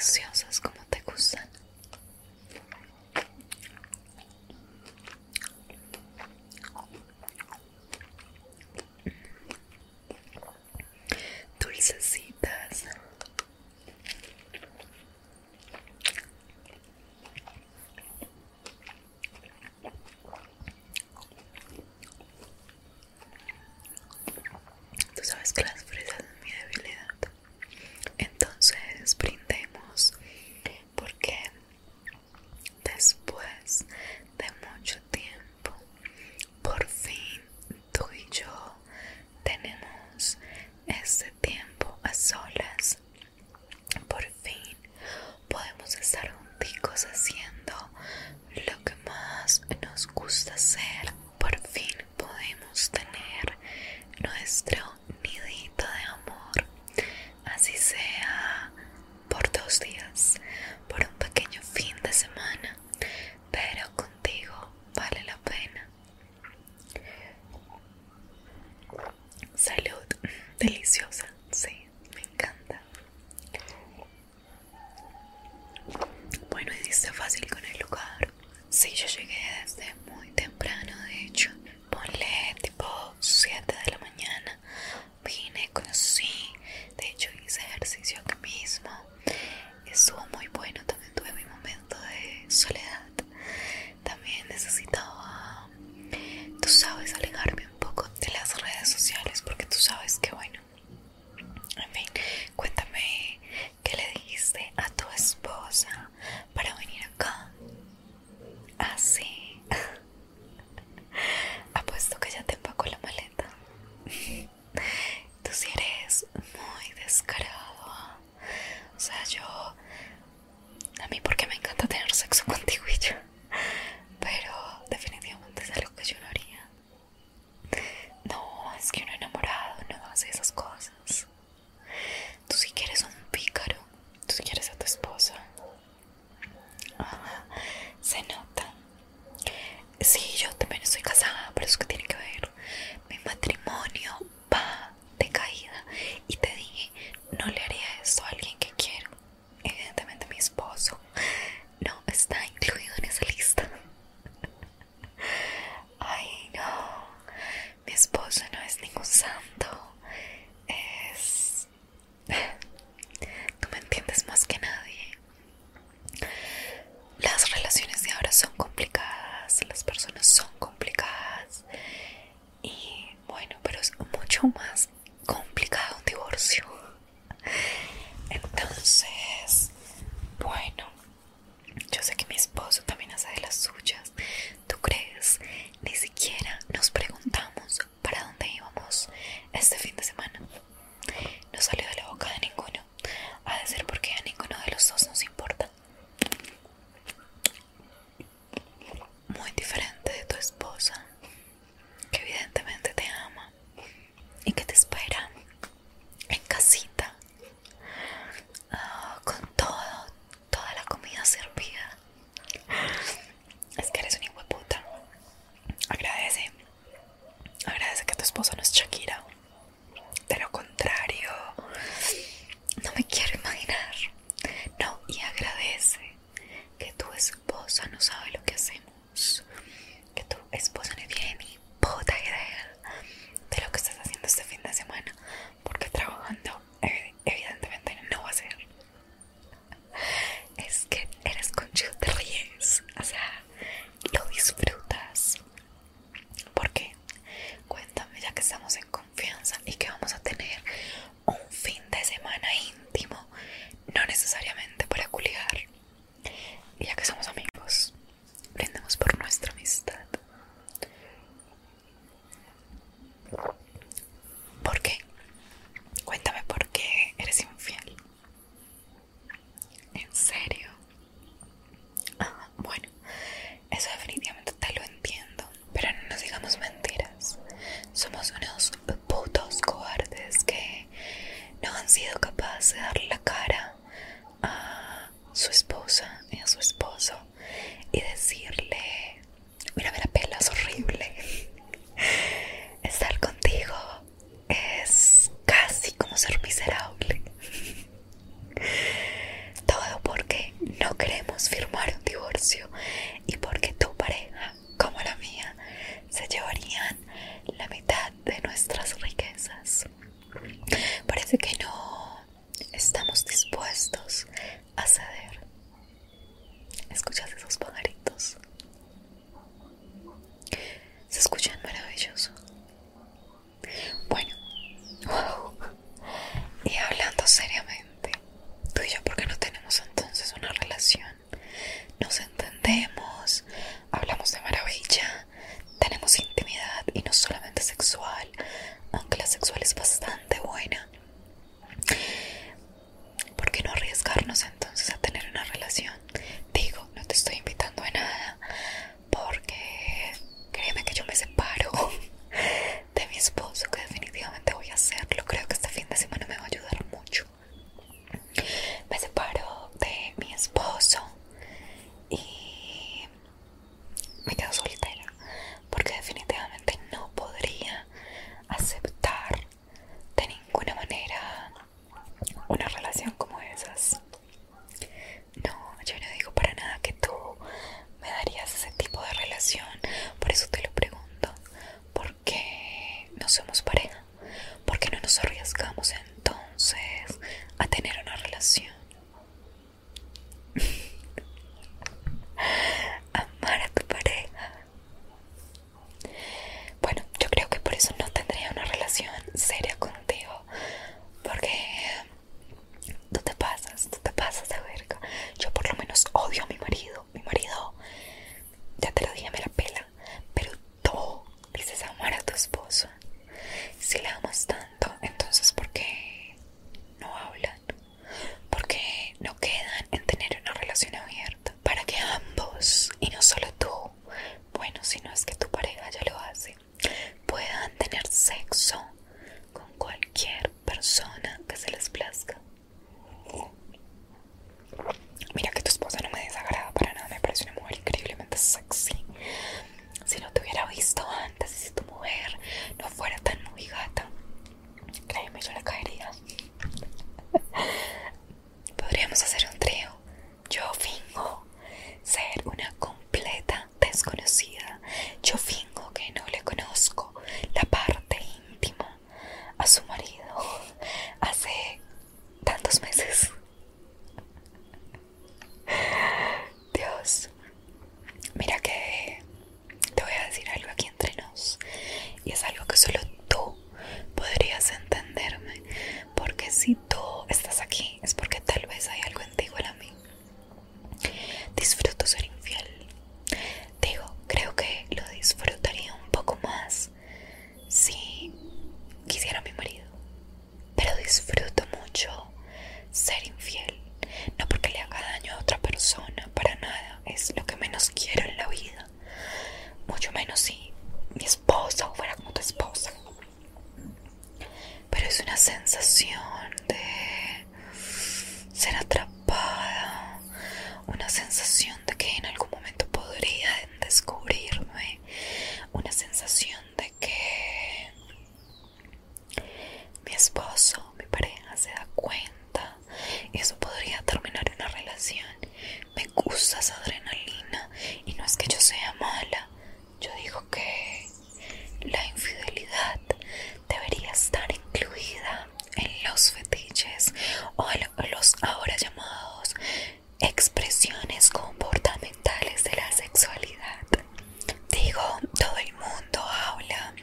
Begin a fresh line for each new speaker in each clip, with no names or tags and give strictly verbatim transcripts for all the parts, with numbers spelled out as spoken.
deliciosas como te gustan. Dulcecitas. Tú sabes que las fresas son mi debilidad. Entonces brindemos porque después de mucho tiempo, por fin tú y yo tenemos este tiempo a solas. Por fin podemos estar junticos haciendo lo que más nos gusta hacer. Por fin podemos tener nuestro nidito de amor, así sea por dos días, por un pequeño fin de semana, pero contigo vale la pena. Salud, deliciosa, sí, me encanta. Bueno, hiciste fácil con el lugar. Sí, yo llegué desde muy temprano, de hecho. Ponle tipo siete de la mañana. Vine, conocí. De hecho, hice ejercicio aquí mismo. Estuvo muy bueno. También tuve mi momento de soledad. También necesitaba, tú sabes, alejarme un poco de las redes sociales. Porque tú sabes que, bueno, en fin, cuéntame qué le dijiste a tu esposa para venir acá. Ah, sí. Apuesto que ya te empacó la maleta. Tú sí eres muy descarado, ¿ah? O sea, yo... A mí porque me encanta tener sexo contigo y yo. Pero definitivamente es algo que yo no haría. No, es que uno enamorado no hace esas cosas. Tú sí quieres un pícaro. Tú sí quieres a tu esposa. Ajá, se nota. Sí, yo también estoy casada, pero eso que tiene que ver. Mi matrimonio va de caída. Y te dije, no le haría esto a alguien que quiero. Evidentemente mi esposo no está en no queremos firmar un divorcio y porque tu pareja, como la mía, se llevarían la mitad de nuestras riquezas. Parece que no estamos dispuestos a ceder. ¿Escuchas esos pajaritos? Se escuchan maravilloso. Bueno, wow. Y hablando seriamente, tú y yo, ¿por qué no tenemos entonces una relación? Nos entendemos, hablamos de maravilla, tenemos intimidad y no solamente sexual, aunque la sexual es bastante buena. ¿Por qué no arriesgarnos entonces a tener una relación? Digo, no te estoy invitando a nada, porque créeme que yo me separo de mi esposo, que definitivamente voy a hacerlo. Creo que este fin de semana me va a ayudar mucho. Me separo de mi esposo y me quedo soltera, porque definitivamente no podría aceptar de ninguna manera una relación como esas. No, yo no digo para nada que tú me darías ese tipo de relación. Por eso te lo pregunto. ¿Por qué no somos pareja? ¿Por qué no nos arriesgamos entonces a tener una relación? Amar a tu pareja. Bueno, yo creo que por eso no tendría una relación seria contigo, porque tú te pasas, tú te pasas de verga. Yo por lo menos odio a mi marido. Mi marido, ya te lo dije, me la pela. Pero tú dices amar a tu esposo. Si la amas tanto, entonces ¿por qué no hablan? ¿Por qué no quedan en tener una relación abierta? Para que ambos, y no solo tú, bueno, si no es que tu pareja ya lo hace, puedan tener sexo con cualquier persona que se les plazca. Mira que tu esposa no me desagrada para nada, me parece una mujer increíblemente sexy. Si no te hubiera visto antes y si tu mujer no fuera tan muy gata, créeme, yo le caería. Podríamos hacer un trío. Yo fingo ser una completa desconocida. Yo fingo que no le conozco la parte íntima a su marido hace tantos meses. Dios, mira que te voy a decir algo aquí entre nos, y es algo que solo tú podrías entenderme, porque si tú estás aquí es porque tal vez hay algo en ti igual a mí. Disfruto ser infiel. Digo, creo que lo disfrutaría un poco más si quisiera a mi marido, pero disfruto mucho ser infiel. No porque le haga daño a otra persona, para nada, es lo que menos quiero en la vida. Mucho menos si mi esposa fuera como tu esposa. Pero es una sensación de ser atrapada, una sensación de que en algún momento podrían descubrirme, una sensación de que mi esposo, mi pareja se da cuenta y eso podría terminar una relación. Me gusta esa adrenalina y no es que yo sea mala, yo digo que la infidelidad debería estar incluida en los fetiches o en los ahora llamados expresiones comportamentales de la sexualidad. Digo, todo el mundo habla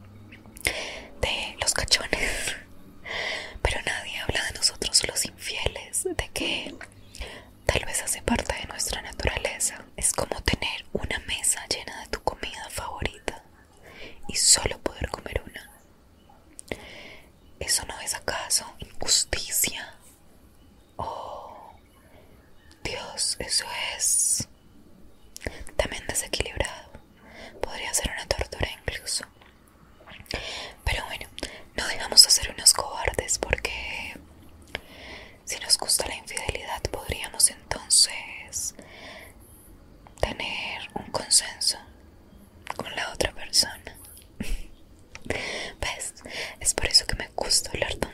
de los cachones, pero nadie habla de nosotros los infieles, de que tal vez hace parte de nuestra naturaleza. Es como tener una mesa llena de tu comida favorita y solo poder comer una. ¿Eso no es acaso injusticia? Oh, Dios, eso es también desequilibrado. Podría ser una tortura incluso. Pero bueno, no dejamos de ser unos cobardes, porque si nos gusta la infidelidad podríamos entonces tener un consenso con la otra persona. ¿Ves? Es por eso que me gusta hablar